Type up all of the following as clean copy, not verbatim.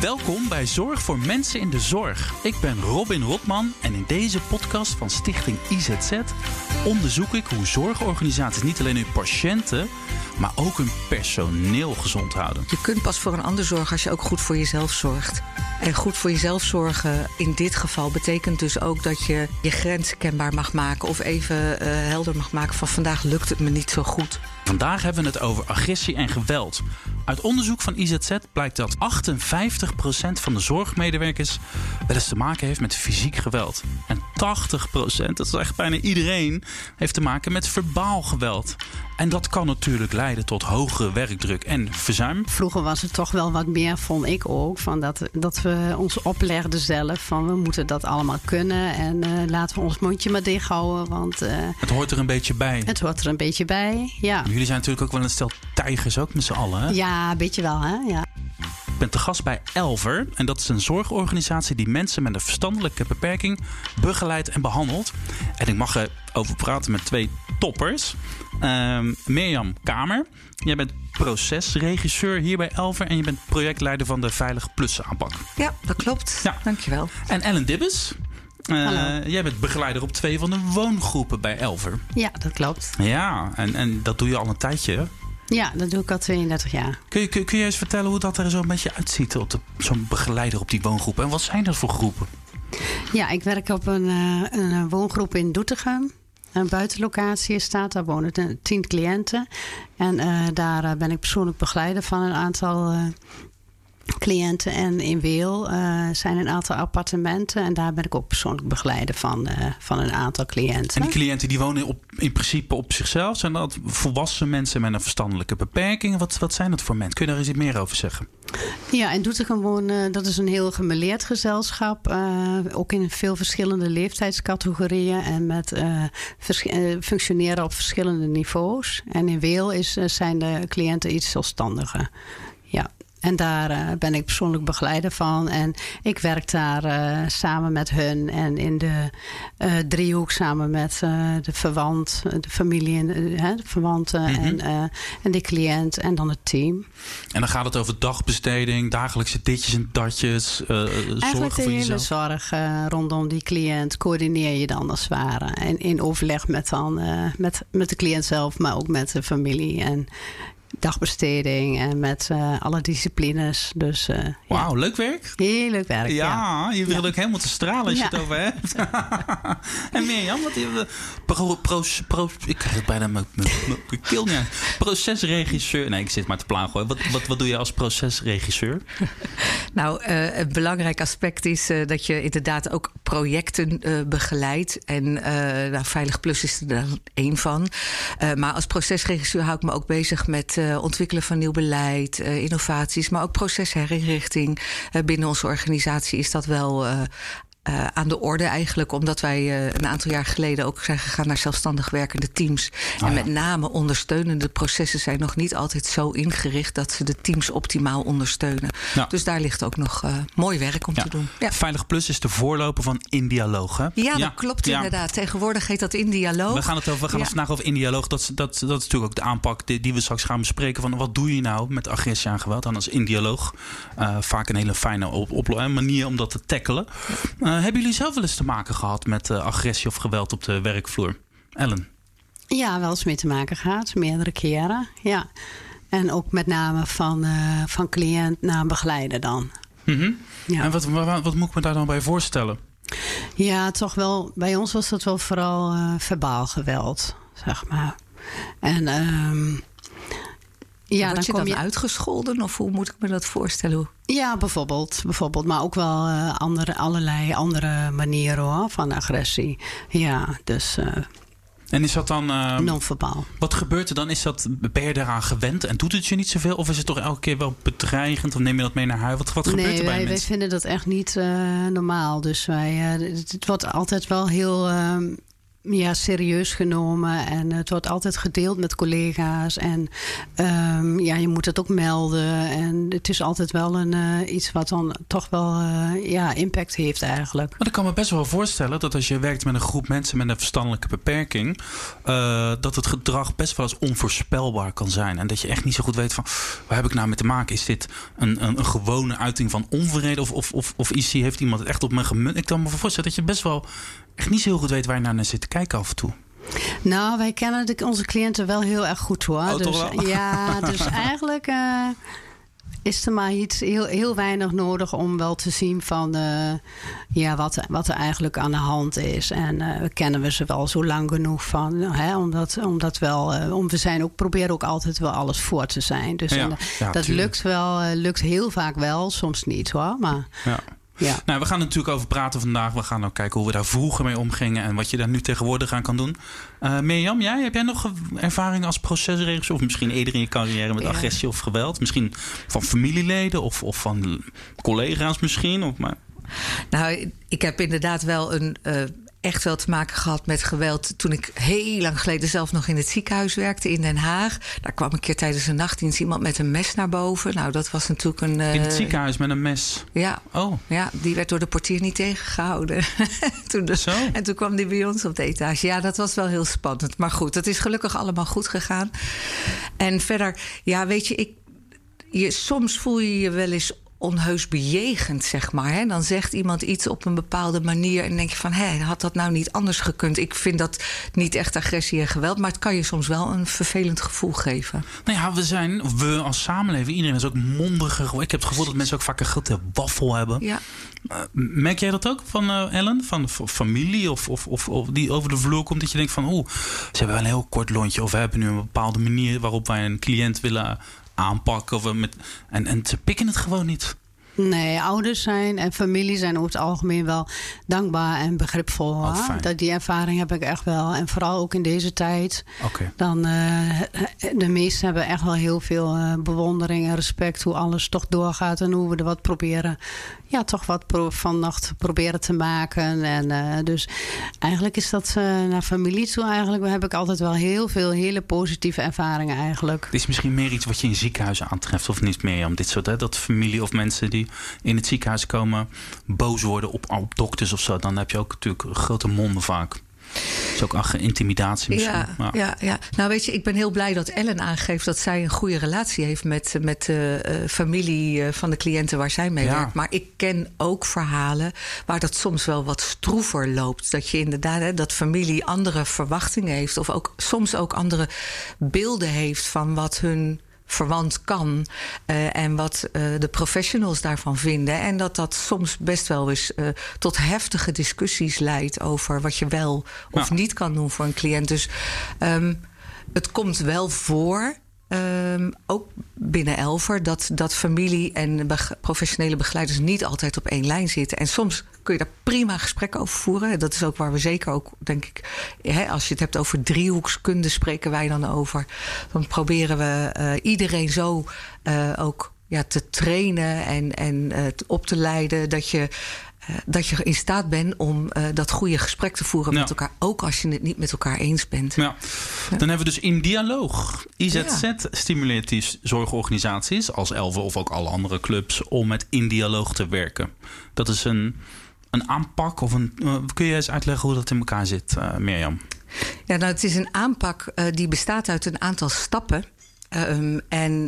Welkom bij Zorg voor Mensen in de Zorg. Ik ben Robin Rotman en in deze podcast van Stichting IZZ onderzoek ik hoe zorgorganisaties niet alleen hun patiënten, maar ook hun personeel gezond houden. Je kunt pas voor een ander zorgen als je ook goed voor jezelf zorgt. En goed voor jezelf zorgen in dit geval betekent dus ook dat je je grenzen kenbaar mag maken of even helder mag maken van vandaag lukt het me niet zo goed. Vandaag hebben we het over agressie en geweld. Uit onderzoek van IZZ blijkt dat 58% van de zorgmedewerkers wel eens te maken heeft met fysiek geweld. En 80%, dat is echt bijna iedereen, heeft te maken met verbaal geweld. En dat kan natuurlijk leiden tot hogere werkdruk en verzuim. Vroeger was het toch wel wat meer, vond ik ook, van dat we ons oplegden zelf van we moeten dat allemaal kunnen en laten we ons mondje maar dicht houden, want het hoort er een beetje bij. Het hoort er een beetje bij, ja. Jullie zijn natuurlijk ook wel een stel tijgers ook met z'n allen, hè? Ja, een beetje wel, hè? Ja. Ik ben te gast bij Elver en dat is een zorgorganisatie die mensen met een verstandelijke beperking begeleidt en behandelt. En ik mag erover praten met twee toppers. Mirjam Kamer, jij bent procesregisseur hier bij Elver en je bent projectleider van de Veilig Plus aanpak. Ja, dat klopt. Ja. Dankjewel. En Ellen Dibbes, jij bent begeleider op 2 van de woongroepen bij Elver. Ja, dat klopt. Ja, en dat doe je al een tijdje, hè? Ja, dat doe ik al 32 jaar. Kun je eens vertellen hoe dat er zo een beetje uitziet, zo'n begeleider op die woongroepen? En wat zijn dat voor groepen? Ja, ik werk op een woongroep in Doetinchem. Een buitenlocatie staat, daar wonen 10 cliënten. En daar ben ik persoonlijk begeleider van een aantal cliënten. En in Weel zijn een aantal appartementen. En daar ben ik ook persoonlijk begeleider van een aantal cliënten. En die cliënten die wonen in principe op zichzelf? Zijn dat volwassen mensen met een verstandelijke beperking? Wat zijn dat voor mensen? Kun je daar eens iets meer over zeggen? Ja, in Doetinchem wonen, dat is een heel gemêleerd gezelschap. Ook in veel verschillende leeftijdscategorieën. En met functioneren op verschillende niveaus. En in Weel zijn de cliënten iets zelfstandiger. Ja. En daar ben ik persoonlijk begeleider van. En ik werk daar samen met hun. En in de driehoek samen met de verwant, de familie, de verwanten en de cliënt en dan het team. En dan gaat het over dagbesteding, dagelijkse ditjes en datjes, eigenlijk zorgen voor jezelf. De hele zorg rondom die cliënt coördineer je dan als het ware. En in overleg met de cliënt zelf, maar ook met de familie en dagbesteding en met alle disciplines. Dus, Wauw, leuk werk. Heel leuk werk, ja. Je wil ook helemaal te stralen als je het over hebt. En Mirjam, ik krijg het bijna mijn keel niet uit. Procesregisseur. Nee, ik zit maar te plagen hoor. Wat doe je als procesregisseur? Nou, een belangrijk aspect is dat je inderdaad ook projecten begeleidt. En Veilig Plus is er dan één van. Maar als procesregisseur hou ik me ook bezig met ontwikkelen van nieuw beleid, innovaties, maar ook procesherinrichting. Binnen onze organisatie is dat wel aan de orde eigenlijk, omdat wij een aantal jaar geleden ook zijn gegaan naar zelfstandig werkende teams. En met name ondersteunende processen zijn nog niet altijd zo ingericht dat ze de teams optimaal ondersteunen. Ja. Dus daar ligt ook nog mooi werk om te doen. Ja. Veilig Plus is de voorloper van InDialoog, hè? Ja, dat klopt inderdaad. Tegenwoordig heet dat InDialoog. We gaan het vandaag over InDialoog. Dat is natuurlijk ook de aanpak die we straks gaan bespreken van wat doe je nou met agressie en geweld. En als InDialoog vaak een hele fijne manier om dat te tackelen. Hebben jullie zelf wel eens te maken gehad met agressie of geweld op de werkvloer? Ellen? Ja, wel eens mee te maken gehad. Meerdere keren, ja. En ook met name van cliënt naar begeleider dan. Mm-hmm. Ja. En wat moet ik me daar dan bij voorstellen? Ja, toch wel. Bij ons was dat wel vooral verbaal geweld, zeg maar. En word je dan uitgescholden? Of hoe moet ik me dat voorstellen? Ja, bijvoorbeeld. Maar ook wel allerlei andere manieren hoor, van agressie. Ja, dus en is dat dan non-verbaal. Wat gebeurt er dan? Ben je daaraan gewend en doet het je niet zoveel? Of is het toch elke keer wel bedreigend? Of neem je dat mee naar huis? Wat gebeurt er bij mensen? Wij vinden dat echt niet normaal. Dus het wordt altijd wel heel serieus genomen. En het wordt altijd gedeeld met collega's. En je moet het ook melden. En het is altijd wel iets wat dan toch wel impact heeft eigenlijk. Maar ik kan me best wel voorstellen dat als je werkt met een groep mensen met een verstandelijke beperking, dat het gedrag best wel eens onvoorspelbaar kan zijn. En dat je echt niet zo goed weet van, waar heb ik nou mee te maken? Is dit een gewone uiting van onvrede? Of heeft iemand het echt op me gemunt? Ik kan me voorstellen dat je best wel echt niet zo heel goed weet waar je naar zit te kijken af en toe. Nou, wij kennen onze cliënten wel heel erg goed hoor. Oh, dus, toch wel? Ja, dus eigenlijk is er maar iets heel weinig nodig om wel te zien van wat er eigenlijk aan de hand is. En kennen we ze wel zo lang genoeg van. Omdat we proberen ook altijd wel alles voor te zijn. Dus dat lukt heel vaak wel, soms niet hoor. Maar ja. Nou, we gaan er natuurlijk over praten vandaag. We gaan ook kijken hoe we daar vroeger mee omgingen en wat je daar nu tegenwoordig aan kan doen. Mirjam, heb jij nog ervaring als procesregisseur of misschien eerder in je carrière met agressie of geweld? Misschien van familieleden of van collega's misschien? Nou, ik heb inderdaad wel echt wel te maken gehad met geweld toen ik heel lang geleden zelf nog in het ziekenhuis werkte in Den Haag. Daar kwam een keer tijdens een nachtdienst iemand met een mes naar boven. Nou, dat was natuurlijk in het ziekenhuis met een mes? Ja. Oh. Ja, die werd door de portier niet tegengehouden. Zo? En toen kwam die bij ons op de etage. Ja, dat was wel heel spannend. Maar goed, het is gelukkig allemaal goed gegaan. En verder, weet je, soms voel je je wel eens onheus bejegend, zeg maar. Hè? Dan zegt iemand iets op een bepaalde manier en dan denk je van, had dat nou niet anders gekund? Ik vind dat niet echt agressie en geweld, maar het kan je soms wel een vervelend gevoel geven. Nou ja, we als samenleving, iedereen is ook mondiger. Ik heb het gevoel dat mensen ook vaak een grote waffel hebben. Ja. Merk jij dat ook van Ellen? Van familie of die over de vloer komt, dat je denkt van, ze hebben wel een heel kort lontje of we hebben nu een bepaalde manier waarop wij een cliënt willen aanpakken en ze pikken het gewoon niet. Nee, ouders zijn en familie zijn over het algemeen wel dankbaar en begripvol. Die ervaring heb ik echt wel. En vooral ook in deze tijd. Okay. Dan de meesten hebben echt wel heel veel bewondering en respect hoe alles toch doorgaat en hoe we er wat proberen. Ja, toch wat vannacht proberen te maken. En dus eigenlijk is dat naar familie toe eigenlijk. Heb ik altijd wel heel veel hele positieve ervaringen eigenlijk. Het is misschien meer iets wat je in ziekenhuizen aantreft of niet meer om dit soort, dat familie of mensen die in het ziekenhuis komen boos worden op dokters of zo. Dan heb je ook natuurlijk grote monden vaak. Dat is ook intimidatie misschien. Ja. Nou weet je, ik ben heel blij dat Ellen aangeeft dat zij een goede relatie heeft met de familie van de cliënten waar zij mee werkt. Maar ik ken ook verhalen waar dat soms wel wat stroever loopt. Dat je inderdaad, dat familie andere verwachtingen heeft of ook soms ook andere beelden heeft van wat hun verwant kan en wat de professionals daarvan vinden. En dat soms best wel eens tot heftige discussies leidt over wat je wel of niet kan doen voor een cliënt. Dus het komt wel voor, ook binnen Elver, dat familie en professionele begeleiders niet altijd op één lijn zitten. En soms kun je daar prima gesprekken over voeren. Dat is ook waar we zeker ook, denk ik, als je het hebt over driehoekskunde, spreken wij dan over. Dan proberen we iedereen zo ook te trainen en op te leiden dat je in staat bent om dat goede gesprek te voeren met elkaar. Ook als je het niet met elkaar eens bent. Ja. Dan hebben we dus In Dialoog. IZZ stimuleert die zorgorganisaties als Elver of ook alle andere clubs om met In Dialoog te werken. Dat is een aanpak of kun je eens uitleggen hoe dat in elkaar zit, Mirjam? Ja, nou, het is een aanpak die bestaat uit een aantal stappen. En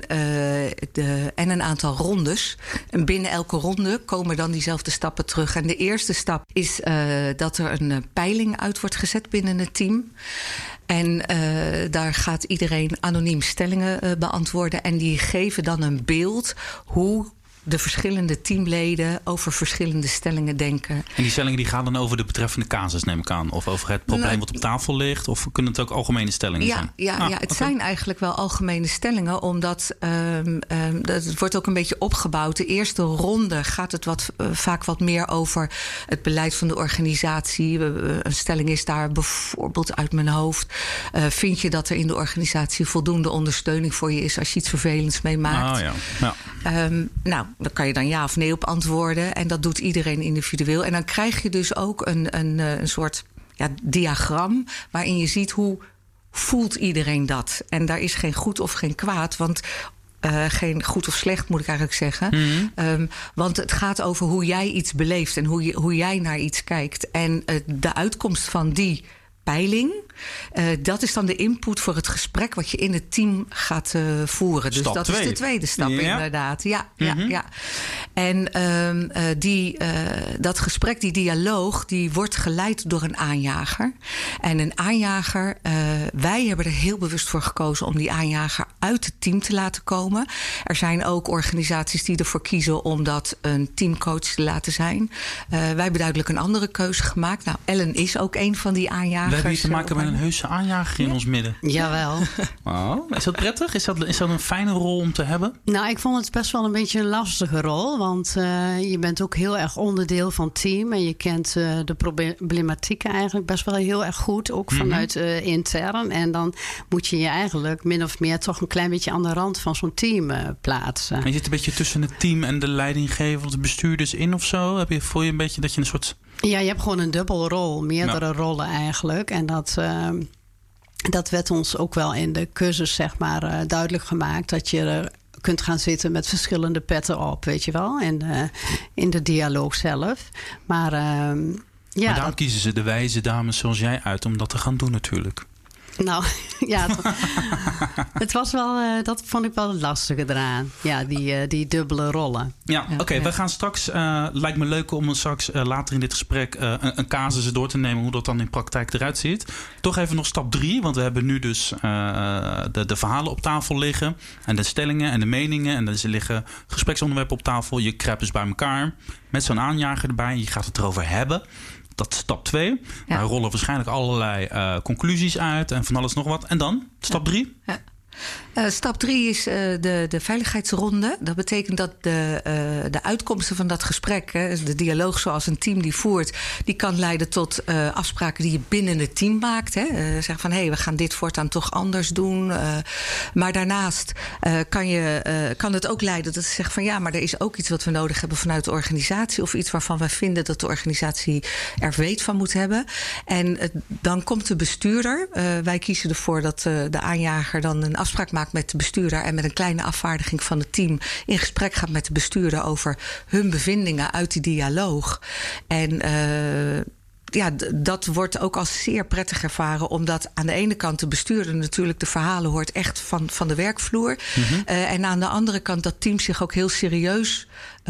een aantal rondes. En binnen elke ronde komen dan diezelfde stappen terug. En de eerste stap is dat er een peiling uit wordt gezet binnen het team. En daar gaat iedereen anoniem stellingen beantwoorden. En die geven dan een beeld hoe de verschillende teamleden over verschillende stellingen denken. En die stellingen die gaan dan over de betreffende casus, neem ik aan? Of over het probleem wat op tafel ligt? Of kunnen het ook algemene stellingen zijn? Het zijn eigenlijk wel algemene stellingen, omdat het wordt ook een beetje opgebouwd. De eerste ronde gaat het vaak wat meer over het beleid van de organisatie. Een stelling is daar bijvoorbeeld uit mijn hoofd. Vind je dat er in de organisatie voldoende ondersteuning voor je is als je iets vervelends meemaakt? Daar kan je dan ja of nee op antwoorden. En dat doet iedereen individueel. En dan krijg je dus ook een soort diagram waarin je ziet hoe voelt iedereen dat. En daar is geen goed of geen kwaad, want geen goed of slecht, moet ik eigenlijk zeggen. Mm-hmm. Want het gaat over hoe jij iets beleeft en hoe jij naar iets kijkt. En de uitkomst van die peiling, dat is dan de input voor het gesprek wat je in het team gaat voeren. Dus stap dat 2. Is de tweede stap, inderdaad. Ja, mm-hmm. ja. En dat gesprek, die dialoog, die wordt geleid door een aanjager. En een aanjager, wij hebben er heel bewust voor gekozen om die aanjager uit het team te laten komen. Er zijn ook organisaties die ervoor kiezen om dat een teamcoach te laten zijn. Wij hebben duidelijk een andere keuze gemaakt. Nou, Ellen is ook een van die aanjagers. We hebben hier te maken met een heuse aanjager in ons midden. Jawel. Oh, is dat prettig? Is dat een fijne rol om te hebben? Nou, ik vond het best wel een beetje een lastige rol. Want je bent ook heel erg onderdeel van het team. En je kent de problematieken eigenlijk best wel heel erg goed. Ook vanuit intern. En dan moet je eigenlijk min of meer toch een klein beetje aan de rand van zo'n team plaatsen. En je zit een beetje tussen het team en de leidinggever of de bestuurders in of zo? Voel je een beetje dat je een soort... Ja, je hebt gewoon een dubbelrol. Meerdere rollen eigenlijk. En dat werd ons ook wel in de cursus zeg maar duidelijk gemaakt. Dat je kunt gaan zitten met verschillende petten op, weet je wel. In de dialoog zelf. Maar daarom kiezen ze de wijze dames zoals jij uit om dat te gaan doen natuurlijk. Nou, ja, het was wel, dat vond ik wel het lastige eraan. Ja, die dubbele rollen. Ja, oké. We gaan straks, lijkt me leuk om straks later in dit gesprek een casus door te nemen hoe dat dan in praktijk eruit ziet. Toch even nog stap 3, want we hebben nu dus de verhalen op tafel liggen en de stellingen en de meningen en er liggen gespreksonderwerpen op tafel. Je kruipt dus bij elkaar met zo'n aanjager erbij. Je gaat het erover hebben. Dat is stap 2. Ja. Daar rollen waarschijnlijk allerlei conclusies uit en van alles nog wat. En dan? Stap 3? Ja. Stap 3 is de veiligheidsronde. Dat betekent dat de uitkomsten van dat gesprek, de dialoog zoals een team die voert, die kan leiden tot afspraken die je binnen het team maakt. Zeg van, we gaan dit voortaan toch anders doen. Maar daarnaast kan het ook leiden dat ze zeggen van, maar er is ook iets wat we nodig hebben vanuit de organisatie of iets waarvan wij vinden dat de organisatie er weet van moet hebben. En dan komt de bestuurder. Wij kiezen ervoor dat de aanjager dan een afspraak maakt met de bestuurder en met een kleine afvaardiging van het team in gesprek gaat met de bestuurder over hun bevindingen uit die dialoog. En dat wordt ook als zeer prettig ervaren, omdat aan de ene kant de bestuurder natuurlijk de verhalen hoort echt van de werkvloer. Mm-hmm. En aan de andere kant dat team zich ook heel serieus,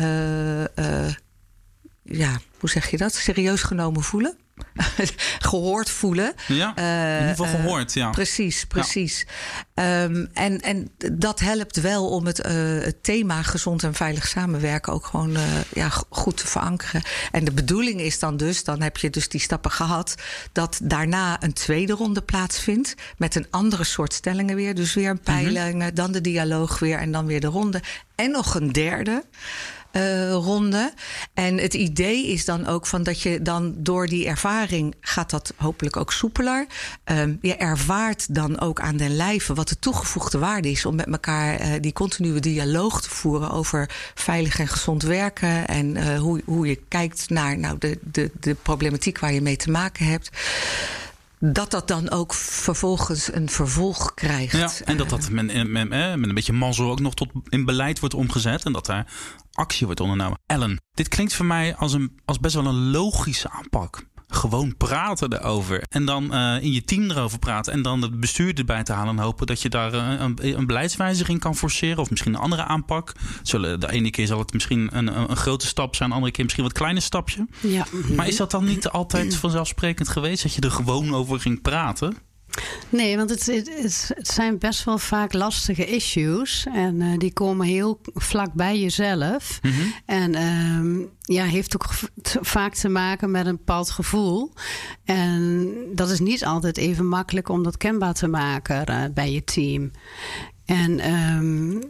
hoe zeg je dat? Serieus genomen voelen. Gehoord voelen. Ja, in ieder geval gehoord, ja. Precies. Ja. En dat helpt wel om het thema gezond en veilig samenwerken ook gewoon goed te verankeren. En de bedoeling is dan heb je dus die stappen gehad, dat daarna een tweede ronde plaatsvindt met een andere soort stellingen weer. Dus weer een peiling, dan de dialoog weer en dan weer de ronde. En nog een derde ronde. En het idee is dan ook van dat je dan door die ervaring gaat dat hopelijk ook soepeler. Je ervaart dan ook aan den lijve wat de toegevoegde waarde is om met elkaar die continue dialoog te voeren over veilig en gezond werken en hoe je kijkt naar de problematiek waar je mee te maken hebt. Dat dan ook vervolgens een vervolg krijgt. Ja, en dat met een beetje mazzel ook nog tot in beleid wordt omgezet. En dat daar actie wordt ondernomen. Ellen, dit klinkt voor mij als best wel een logische aanpak. Gewoon praten erover. En dan in je team erover praten. En dan het bestuur erbij te halen. En hopen dat je daar een beleidswijziging kan forceren. Of misschien een andere aanpak. De ene keer zal het misschien een grote stap zijn. De andere keer misschien wat kleiner stapje. Ja. Maar is dat dan niet altijd vanzelfsprekend geweest? Dat je er gewoon over ging praten? Nee, want het zijn best wel vaak lastige issues. En die komen heel vlak bij jezelf. Mm-hmm. En heeft ook vaak te maken met een bepaald gevoel. En dat is niet altijd even makkelijk om dat kenbaar te maken bij je team. En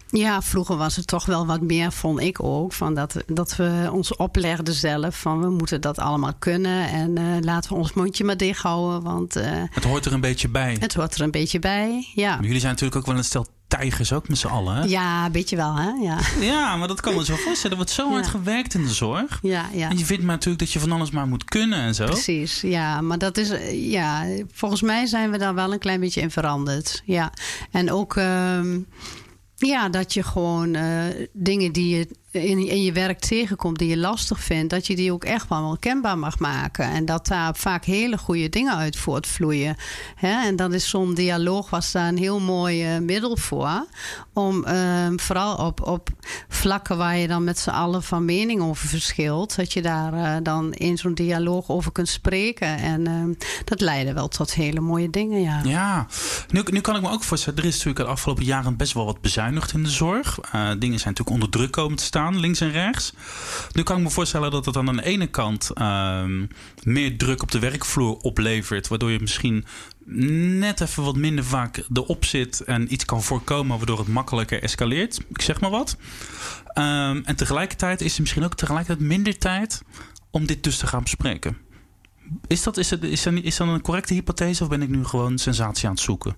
Ja, vroeger was het toch wel wat meer, vond ik ook. Van dat we ons oplegden zelf. Van we moeten dat allemaal kunnen. En laten we ons mondje maar dicht houden. Want het hoort er een beetje bij. Het hoort er een beetje bij, ja. Maar jullie zijn natuurlijk ook wel een stel tijgers ook met z'n allen, hè? Ja, een beetje wel, hè? Ja, ja, maar dat kan me zo voorstellen. Er wordt zo hard gewerkt in de zorg. Ja. En je vindt maar natuurlijk dat je van alles maar moet kunnen en zo. Precies, ja. Maar dat is, volgens mij zijn we daar wel een klein beetje in veranderd. Ja. En ook, dat je gewoon dingen die je in je werk tegenkomt die je lastig vindt, dat je die ook echt wel kenbaar mag maken. En dat daar vaak hele goede dingen uit voortvloeien. En dat is zo'n dialoog, was daar een heel mooi middel voor. Om vooral op vlakken waar je dan met z'n allen van mening over verschilt, dat je daar dan in zo'n dialoog over kunt spreken. En dat leidde wel tot hele mooie dingen, ja. Ja, nu kan ik me ook voorstellen, er is natuurlijk de afgelopen jaren best wel wat bezuinigd in de zorg. Dingen zijn natuurlijk onder druk komen te staan, links en rechts. Nu kan ik me voorstellen dat het dan aan de ene kant meer druk op de werkvloer oplevert, waardoor je misschien net even wat minder vaak erop zit en iets kan voorkomen waardoor het makkelijker escaleert. Ik zeg maar wat. En tegelijkertijd is er misschien ook minder tijd om dit dus te gaan bespreken. Is dat een correcte hypothese of ben ik nu gewoon sensatie aan het zoeken?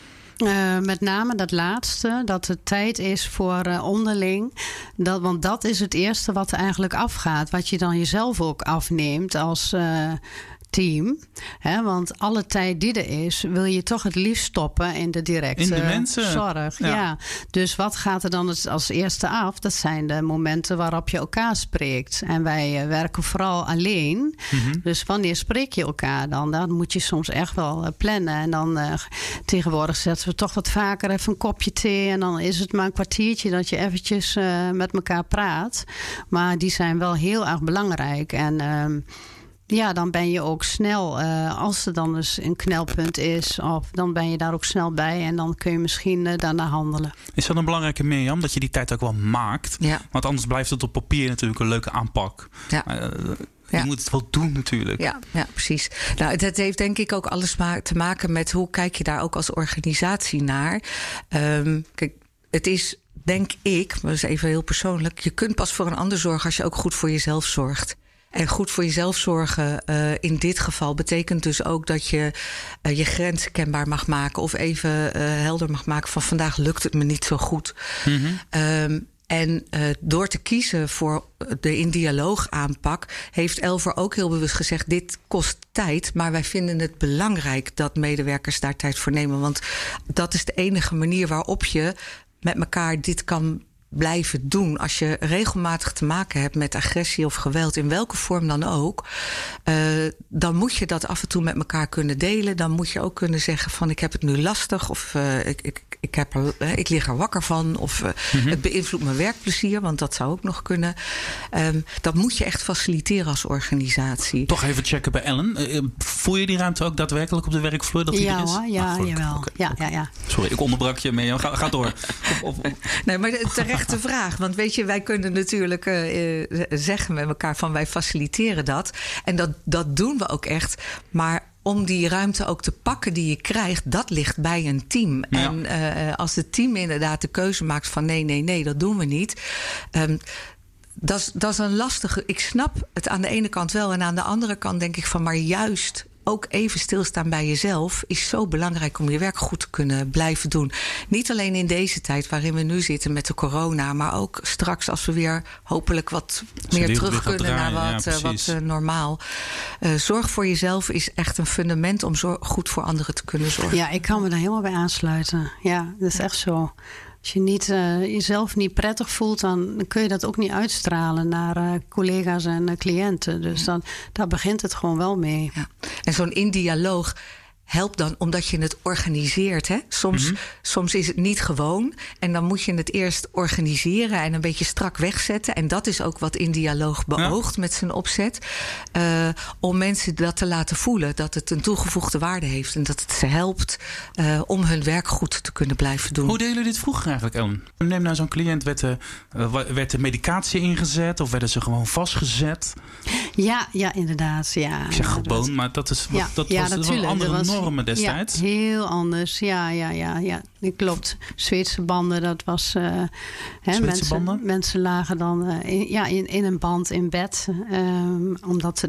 Met name dat laatste, dat het tijd is voor onderling. Want dat is het eerste wat er eigenlijk afgaat. Wat je dan jezelf ook afneemt als team. Want alle tijd die er is, wil je toch het liefst stoppen in de directe zorg. Ja. Dus wat gaat er dan als eerste af? Dat zijn de momenten waarop je elkaar spreekt. En wij werken vooral alleen. Mm-hmm. Dus wanneer spreek je elkaar dan? Dan moet je soms echt wel plannen. En dan tegenwoordig zetten we toch wat vaker even een kopje thee. En dan is het maar een kwartiertje dat je eventjes met elkaar praat. Maar die zijn wel heel erg belangrijk. En dan ben je ook snel, als er dan dus een knelpunt is, dan ben je daar ook snel bij en dan kun je misschien daarna handelen. Is dat een belangrijke, Mirjam, dat je die tijd ook wel maakt? Ja. Want anders blijft het op papier natuurlijk een leuke aanpak. Ja. Je moet het wel doen natuurlijk. Ja, precies. Nou, het heeft denk ik ook alles te maken met hoe kijk je daar ook als organisatie naar. Kijk, het is, denk ik, maar dat is even heel persoonlijk, je kunt pas voor een ander zorgen als je ook goed voor jezelf zorgt. En goed voor jezelf zorgen in dit geval betekent dus ook dat je je grenzen kenbaar mag maken. Of even helder mag maken van vandaag lukt het me niet zo goed. Mm-hmm. En door te kiezen voor de in dialoog aanpak heeft Elver ook heel bewust gezegd, dit kost tijd, maar wij vinden het belangrijk dat medewerkers daar tijd voor nemen. Want dat is de enige manier waarop je met elkaar dit kan blijven doen. Als je regelmatig te maken hebt met agressie of geweld, in welke vorm dan ook, dan moet je dat af en toe met elkaar kunnen delen. Dan moet je ook kunnen zeggen van ik heb het nu lastig, of ik lig er wakker van, of het beïnvloedt mijn werkplezier, want dat zou ook nog kunnen. Dat moet je echt faciliteren als organisatie. Toch even checken bij Ellen. Voel je die ruimte ook daadwerkelijk op de werkvloer dat die er is? Jawel. Okay. Ja. Sorry, ik onderbrak je mee. Ga door. Nee, maar terechte vraag. Want weet je, wij kunnen natuurlijk zeggen met elkaar van wij faciliteren dat. En dat doen we ook echt. Maar om die ruimte ook te pakken die je krijgt, dat ligt bij een team. Ja. En als het team inderdaad de keuze maakt van nee, dat doen we niet. Dat is een lastige. Ik snap het aan de ene kant wel. En aan de andere kant denk ik van maar juist ook even stilstaan bij jezelf is zo belangrijk om je werk goed te kunnen blijven doen. Niet alleen in deze tijd waarin we nu zitten met de corona, maar ook straks als we weer hopelijk wat meer terug kunnen draaien, naar wat normaal. Zorg voor jezelf is echt een fundament om goed voor anderen te kunnen zorgen. Ja, ik kan me daar helemaal bij aansluiten. Ja, dat is echt zo. Als je jezelf niet prettig voelt, dan kun je dat ook niet uitstralen naar collega's en cliënten. Dus daar begint het gewoon wel mee. Ja. En zo'n in-dialoog helpt dan omdat je het organiseert. Hè? Soms is het niet gewoon. En dan moet je het eerst organiseren en een beetje strak wegzetten. En dat is ook wat in dialoog beoogt met zijn opzet. Om mensen dat te laten voelen. Dat het een toegevoegde waarde heeft. En dat het ze helpt om hun werk goed te kunnen blijven doen. Hoe deden jullie dit vroeger eigenlijk, Ellen? Neem nou zo'n cliënt, werd de medicatie ingezet? Of werden ze gewoon vastgezet? Ja, inderdaad. Ja, ik zeg gewoon, maar dat was andere normen destijds. Ja, heel anders. Ja. Klopt. Zweedse banden, dat was... mensen lagen dan in een band in bed. Omdat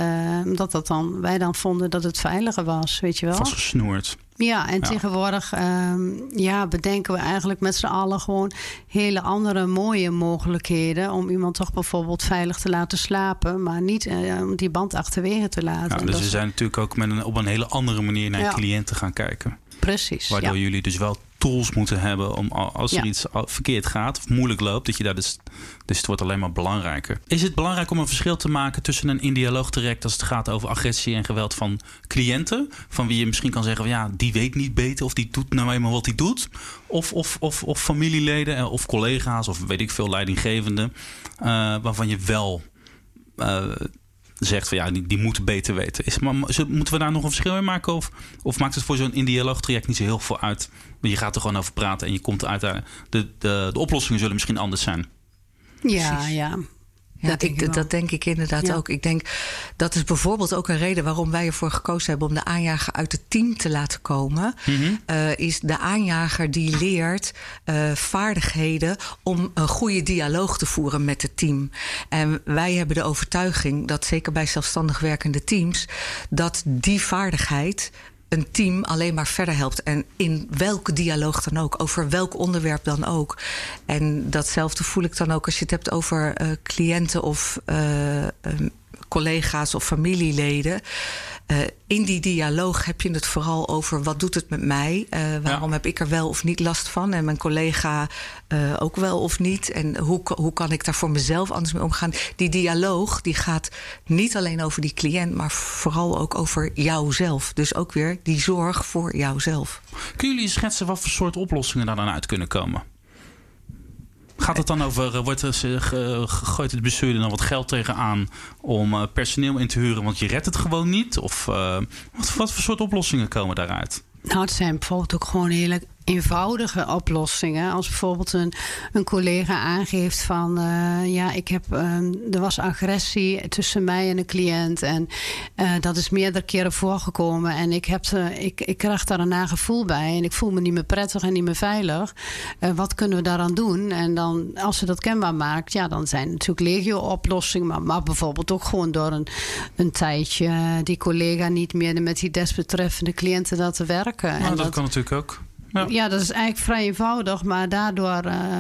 wij dan vonden dat het veiliger was, weet je wel. Vastgesnoerd. Ja, en tegenwoordig bedenken we eigenlijk met z'n allen gewoon hele andere mooie mogelijkheden om iemand toch bijvoorbeeld veilig te laten slapen, maar niet om die band achterwege te laten. Ja, dus we zijn natuurlijk ook op een hele andere manier naar cliënten gaan kijken. Precies. Waardoor jullie dus wel tools moeten hebben om als er iets verkeerd gaat of moeilijk loopt, dat je daar dus het wordt alleen maar belangrijker. Is het belangrijk om een verschil te maken tussen een in-dialoog-traject als het gaat over agressie en geweld van cliënten, van wie je misschien kan zeggen, ja, die weet niet beter of die doet nou eenmaal wat hij doet, of familieleden of collega's of weet ik veel leidinggevenden, waarvan je wel zegt van ja, die moeten beter weten. Moeten we daar nog een verschil in maken? Of maakt het voor zo'n in-dialoog-traject niet zo heel veel uit? Je gaat er gewoon over praten en je komt uit. De oplossingen zullen misschien anders zijn. Ja. Dat denk ik inderdaad ook. Ik denk dat is bijvoorbeeld ook een reden waarom wij ervoor gekozen hebben om de aanjager uit het team te laten komen. Is de aanjager die leert vaardigheden om een goede dialoog te voeren met het team. En wij hebben de overtuiging dat zeker bij zelfstandig werkende teams dat die vaardigheid een team alleen maar verder helpt. En in welke dialoog dan ook. Over welk onderwerp dan ook. En datzelfde voel ik dan ook als je het hebt over cliënten of collega's of familieleden. In die dialoog heb je het vooral over wat doet het met mij? Waarom heb ik er wel of niet last van? En mijn collega ook wel of niet? En hoe kan ik daar voor mezelf anders mee omgaan? Die dialoog die gaat niet alleen over die cliënt, maar vooral ook over jouzelf. Dus ook weer die zorg voor jouzelf. Kunnen jullie schetsen wat voor soort oplossingen daar dan uit kunnen komen? Gaat het dan over, gooit het bestuur er dan wat geld tegenaan om personeel in te huren, want je redt het gewoon niet? Of wat voor soort oplossingen komen daaruit? Nou, het zijn bijvoorbeeld ook gewoon hele eenvoudige oplossingen. Als bijvoorbeeld een collega aangeeft van er was agressie tussen mij en een cliënt en dat is meerdere keren voorgekomen en ik krijg daar een nagevoel bij en ik voel me niet meer prettig en niet meer veilig. Wat kunnen we daaraan doen? En dan, als ze dat kenbaar maakt, dan zijn natuurlijk legio-oplossingen, maar bijvoorbeeld ook gewoon door een tijdje die collega niet meer met die desbetreffende cliënten dat te werken. Nou, dat kan natuurlijk ook. Ja, dat is eigenlijk vrij eenvoudig, maar daardoor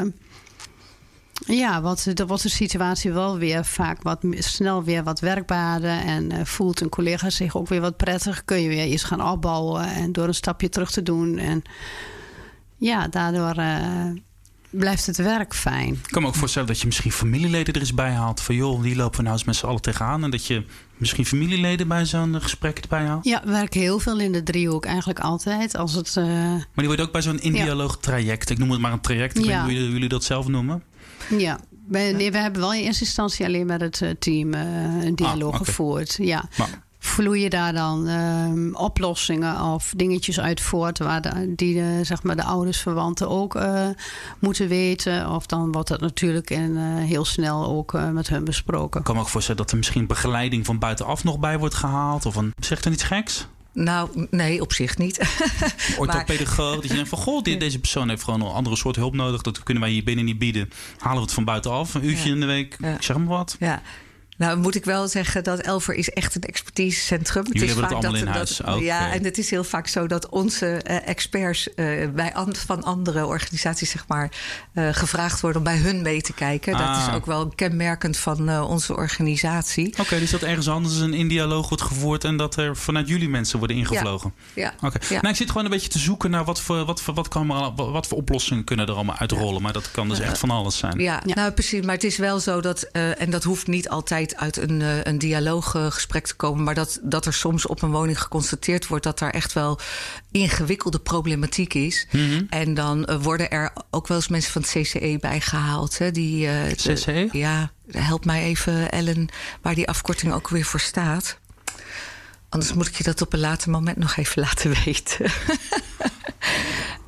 wordt de situatie wel weer vaak snel weer wat werkbaarder en voelt een collega zich ook weer wat prettig. Kun je weer iets gaan opbouwen en door een stapje terug te doen. En daardoor blijft het werk fijn. Ik kan me ook voorstellen dat je misschien familieleden er eens bij haalt. Van joh, die lopen we nou eens met z'n allen tegenaan. En dat je misschien familieleden bij zo'n gesprek erbij haalt. Ja, we werken heel veel in de driehoek. Eigenlijk altijd. Als het, maar die wordt ook bij zo'n in-dialoog traject. Ik noem het maar een traject. Ik weet niet hoe jullie dat zelf noemen. Ja. We hebben wel in eerste instantie alleen met het team een dialoog gevoerd. Ja. Maar vloeien daar dan oplossingen of dingetjes uit voort die de ouders, verwanten ook moeten weten? Of dan wordt dat natuurlijk heel snel ook met hun besproken. Ik kan me ook voorstellen dat er misschien begeleiding van buitenaf nog bij wordt gehaald. Zegt er iets geks? Nou, nee, op zich niet. Orthopedagoog, dat je denkt van goh, deze persoon heeft gewoon een andere soort hulp nodig. Dat kunnen wij hier binnen niet bieden. Halen we het van buitenaf, een uurtje in de week. Ik zeg maar wat. Ja. Nou, moet ik wel zeggen dat Elver is echt een expertisecentrum. Jullie hebben het allemaal in huis. Ja, en het is heel vaak zo dat onze experts van andere organisaties zeg maar gevraagd worden om bij hun mee te kijken. Dat is ook wel kenmerkend van onze organisatie. Oké, dus dat ergens anders een in-dialoog wordt gevoerd en dat er vanuit jullie mensen worden ingevlogen. Ja. Oké. Ja. Nou, ik zit gewoon een beetje te zoeken naar wat voor oplossingen kunnen er allemaal uitrollen. Maar dat kan dus echt van alles zijn. Ja, nou precies. Maar het is wel zo dat, en dat hoeft niet altijd uit een dialooggesprek te komen, maar dat er soms op een woning geconstateerd wordt dat daar echt wel ingewikkelde problematiek is. Mm-hmm. En dan worden er ook wel eens mensen van het CCE bijgehaald. Hè, CCE? Ja, help mij even, Ellen, waar die afkorting ook weer voor staat. Anders moet ik je dat op een later moment nog even laten weten.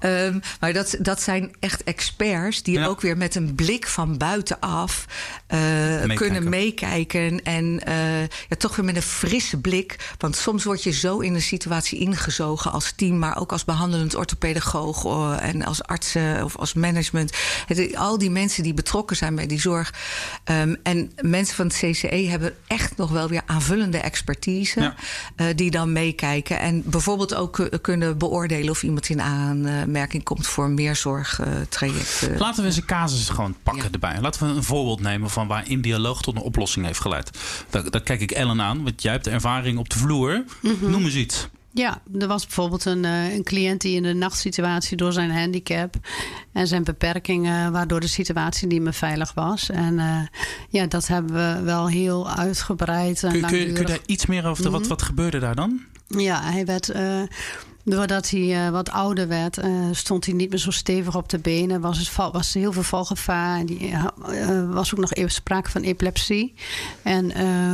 Maar dat zijn echt experts die ook weer met een blik van buitenaf kunnen meekijken. En toch weer met een frisse blik. Want soms word je zo in een situatie ingezogen als team, maar ook als behandelend orthopedagoog en als artsen of als management. Al die mensen die betrokken zijn bij die zorg. En mensen van het CCE hebben echt nog wel weer aanvullende expertise die dan meekijken. En bijvoorbeeld ook kunnen beoordelen of iemand in aanmerking komt voor meer zorgtrajecten. Laten we eens een casus gewoon pakken erbij. Laten we een voorbeeld nemen van waar in dialoog tot een oplossing heeft geleid. Daar kijk ik Ellen aan, want jij hebt de ervaring op de vloer. Mm-hmm. Noem eens iets. Ja, er was bijvoorbeeld een cliënt die in de nachtsituatie door zijn handicap en zijn beperkingen, waardoor de situatie niet meer veilig was. En dat hebben we wel heel uitgebreid. Kun je daar iets meer over vertellen? Wat gebeurde daar dan? Ja, hij werd doordat hij wat ouder werd, stond hij niet meer zo stevig op de benen. Was heel veel valgevaar. En was ook nog even sprake van epilepsie. En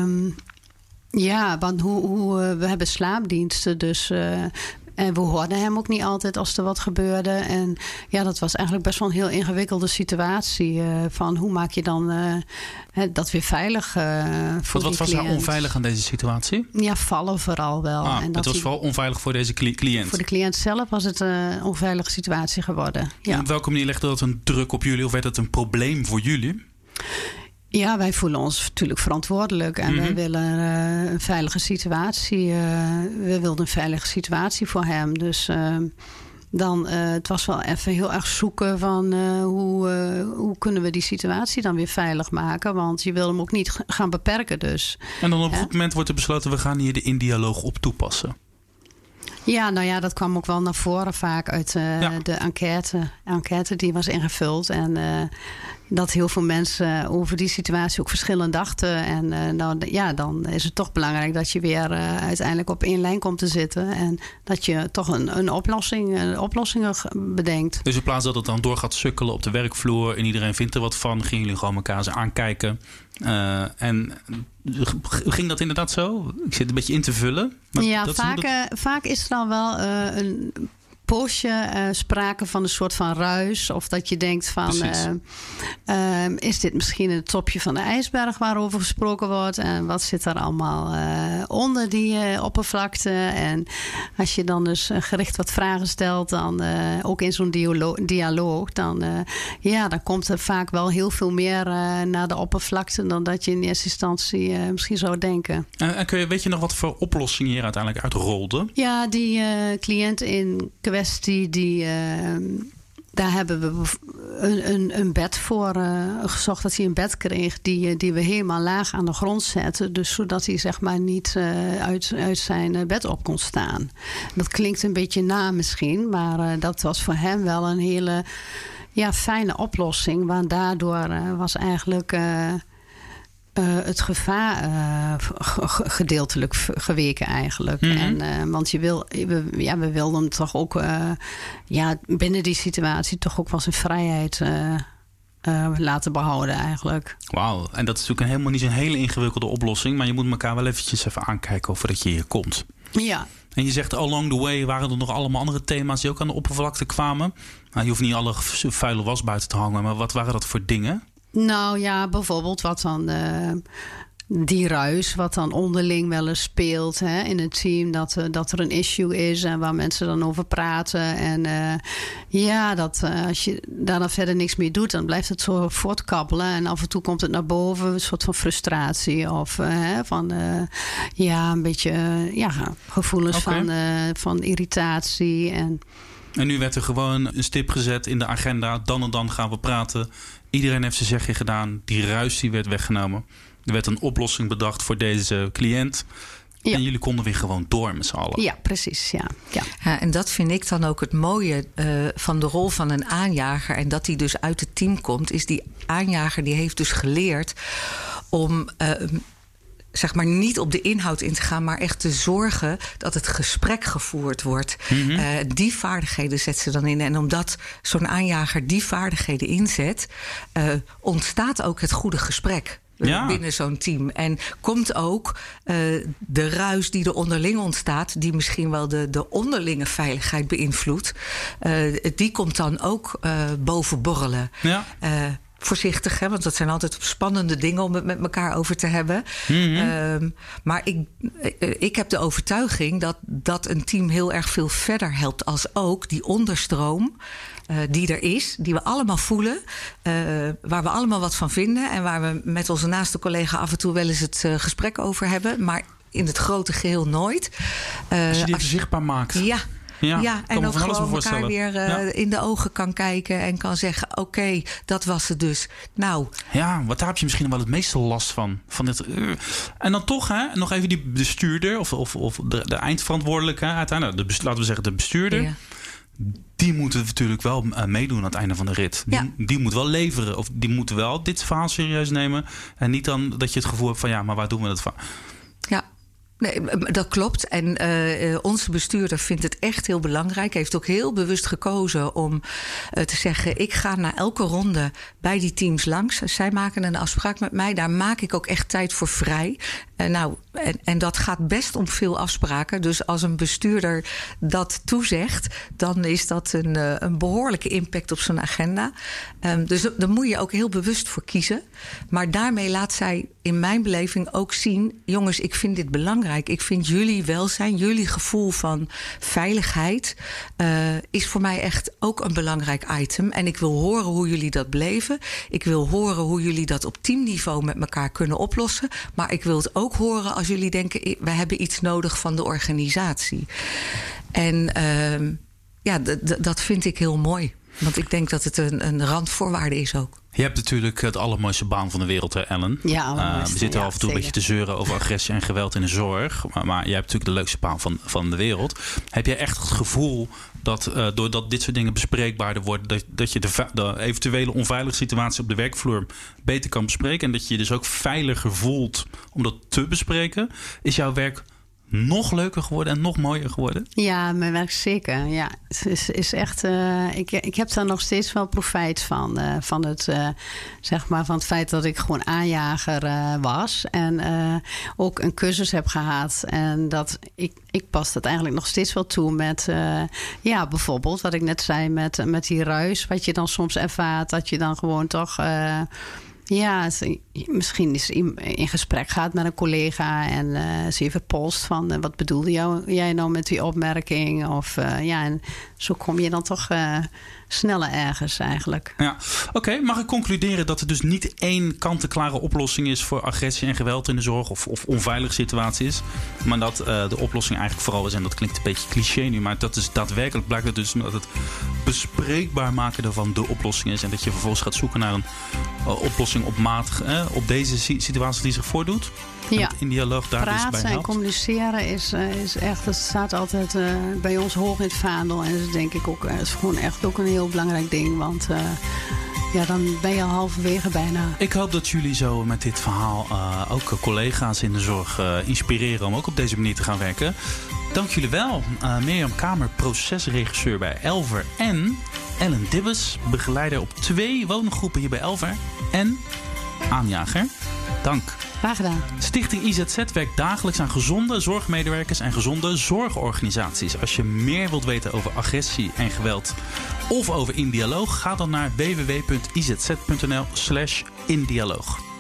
want we hebben slaapdiensten, dus en we hoorden hem ook niet altijd als er wat gebeurde. En dat was eigenlijk best wel een heel ingewikkelde situatie. Van hoe maak je dan dat weer veilig voor Wat was er onveilig aan deze situatie? Ja, vallen vooral wel. En het was vooral onveilig voor deze cliënt? Voor de cliënt zelf was het een onveilige situatie geworden. Ja. En op welke manier legde dat een druk op jullie? Of werd het een probleem voor jullie? Ja, wij voelen ons natuurlijk verantwoordelijk. En wij willen een veilige situatie. We wilden een veilige situatie voor hem. Dus het was wel even heel erg zoeken van hoe kunnen we die situatie dan weer veilig maken. Want je wil hem ook niet gaan beperken dus. En dan op een goed moment wordt er besloten, we gaan hier de in-dialoog op toepassen. Ja, dat kwam ook wel naar voren vaak uit de enquête die was ingevuld. En dat heel veel mensen over die situatie ook verschillend dachten. En dan is het toch belangrijk dat je weer uiteindelijk op één lijn komt te zitten. En dat je toch een oplossingen bedenkt. Dus in plaats dat het dan door gaat sukkelen op de werkvloer en iedereen vindt er wat van, gingen jullie gewoon elkaar eens aankijken. En ging dat inderdaad zo? Ik zit een beetje in te vullen. Ja, vaak is er dan wel een poosje sprake van een soort van ruis. Of dat je denkt van, is dit misschien het topje van de ijsberg waarover gesproken wordt? En wat zit er allemaal onder die oppervlakte? En als je dan dus gericht wat vragen stelt, dan ook in zo'n dialoog, dan komt er vaak wel heel veel meer naar de oppervlakte dan dat je in eerste instantie misschien zou denken. En weet je nog wat voor oplossing hier uiteindelijk uitrolde? Ja, die cliënt in kwestie, daar hebben we een bed voor gezocht. Dat hij een bed kreeg die we helemaal laag aan de grond zetten. Dus zodat hij zeg maar niet uit zijn bed op kon staan. Dat klinkt een beetje na misschien. Maar dat was voor hem wel een hele fijne oplossing. Want daardoor was eigenlijk het gevaar gedeeltelijk geweken eigenlijk. Mm-hmm. En, want we wilden hem toch ook binnen die situatie toch ook wel zijn vrijheid laten behouden eigenlijk. Wauw, en dat is natuurlijk helemaal niet zo'n hele ingewikkelde oplossing, maar je moet elkaar wel eventjes even aankijken voordat je hier komt. Ja. En je zegt along the way waren er nog allemaal andere thema's die ook aan de oppervlakte kwamen. Nou, je hoeft niet alle vuile was buiten te hangen, maar wat waren dat voor dingen? Nou ja, bijvoorbeeld wat dan die ruis, wat dan onderling wel eens speelt in het team, dat er een issue is en waar mensen dan over praten. En als je daar dan verder niks mee doet, dan blijft het zo voortkabbelen. En af en toe komt het naar boven, een soort van frustratie of een beetje gevoelens van irritatie. En nu werd er gewoon een stip gezet in de agenda. Dan en dan gaan we praten. Iedereen heeft zijn zegje gedaan. Die ruis die werd weggenomen. Er werd een oplossing bedacht voor deze cliënt. Ja. En jullie konden weer gewoon door met z'n allen. Ja, precies. Ja. En dat vind ik dan ook het mooie van de rol van een aanjager. En dat die dus uit het team komt. Is die aanjager die heeft dus geleerd om zeg maar niet op de inhoud in te gaan, maar echt te zorgen dat het gesprek gevoerd wordt. Mm-hmm. Die vaardigheden zet ze dan in. En omdat zo'n aanjager die vaardigheden inzet, ontstaat ook het goede gesprek. binnen zo'n team. En komt ook de ruis die er onderling ontstaat, die misschien wel de onderlinge veiligheid beïnvloedt, die komt dan ook boven borrelen. Ja. Voorzichtig, hè, want dat zijn altijd spannende dingen om het met elkaar over te hebben. Mm-hmm. Maar ik heb de overtuiging dat een team heel erg veel verder helpt als ook die onderstroom die er is, die we allemaal voelen, waar we allemaal wat van vinden en waar we met onze naaste collega af en toe wel eens het gesprek over hebben, maar in het grote geheel nooit. Als je die zichtbaar maakt. Ja, en ook gewoon elkaar weer in de ogen kan kijken en kan zeggen, oké, dat was het dus. Nou. Ja, want daar heb je misschien wel het meeste last van dit. En dan toch, hè, nog even die bestuurder of de eindverantwoordelijke, uiteindelijk, laten we zeggen de bestuurder. Ja. Die moeten natuurlijk wel meedoen aan het einde van de rit. Die moet wel leveren. Of die moeten wel dit verhaal serieus nemen. En niet dan dat je het gevoel hebt van maar waar doen we dat van? Ja. Nee, dat klopt. En onze bestuurder vindt het echt heel belangrijk. Heeft ook heel bewust gekozen om te zeggen, ik ga na elke ronde bij die teams langs. Zij maken een afspraak met mij. Daar maak ik ook echt tijd voor vrij. En dat gaat best om veel afspraken. Dus als een bestuurder dat toezegt, dan is dat een behoorlijke impact op zijn agenda. Dus daar moet je ook heel bewust voor kiezen. Maar daarmee laat zij in mijn beleving ook zien, jongens, ik vind dit belangrijk. Ik vind jullie welzijn, jullie gevoel van veiligheid is voor mij echt ook een belangrijk item. En ik wil horen hoe jullie dat beleven. Ik wil horen hoe jullie dat op teamniveau met elkaar kunnen oplossen. Maar ik wil het ook horen als jullie denken, we hebben iets nodig van de organisatie. En dat vind ik heel mooi. Want ik denk dat het een randvoorwaarde is ook. Je hebt natuurlijk het allermooiste baan van de wereld, hè, Ellen. Ja, we zitten af en toe een beetje te zeuren over agressie en geweld in de zorg. Maar jij hebt natuurlijk de leukste baan van de wereld. Heb jij echt het gevoel dat doordat dit soort dingen bespreekbaarder worden, dat je de eventuele onveilige situatie op de werkvloer beter kan bespreken en dat je je dus ook veiliger voelt om dat te bespreken? Is jouw werk nog leuker geworden en nog mooier geworden? Ja, mijn werk zeker. Ja, het is echt. Ik heb daar nog steeds wel profijt van. Van het feit dat ik gewoon aanjager was. En ook een cursus heb gehad. En dat ik pas dat eigenlijk nog steeds wel toe met bijvoorbeeld wat ik net zei met die ruis. Wat je dan soms ervaart, dat je dan gewoon toch. Misschien eens in gesprek gaat met een collega en ze even polst van wat bedoelde jij nou met die opmerking? En zo kom je dan toch sneller ergens eigenlijk. Ja, oké. Mag ik concluderen dat er dus niet één kant-en-klare oplossing is voor agressie en geweld in de zorg of onveilige situaties, maar dat de oplossing eigenlijk vooral is, en dat klinkt een beetje cliché nu, maar dat is daadwerkelijk blijkt dus dat het bespreekbaar maken ervan de oplossing is en dat je vervolgens gaat zoeken naar een oplossing op maat op deze situatie die zich voordoet. Ja, in dialoog daar praten dus bij helpt. En communiceren is echt, dat staat altijd bij ons hoog in het vaandel. En dat denk ik ook, is gewoon echt ook een heel belangrijk ding. Want dan ben je al halverwege bijna. Ik hoop dat jullie zo met dit verhaal ook collega's in de zorg inspireren om ook op deze manier te gaan werken. Dank jullie wel. Mirjam Kamer, procesregisseur bij Elver, en Ellen Dibbes, begeleider op 2 woongroepen hier bij Elver, en aanjager. Dank. Graag gedaan. Stichting IZZ werkt dagelijks aan gezonde zorgmedewerkers en gezonde zorgorganisaties. Als je meer wilt weten over agressie en geweld of over In Dialoog, ga dan naar www.izz.nl/indialoog.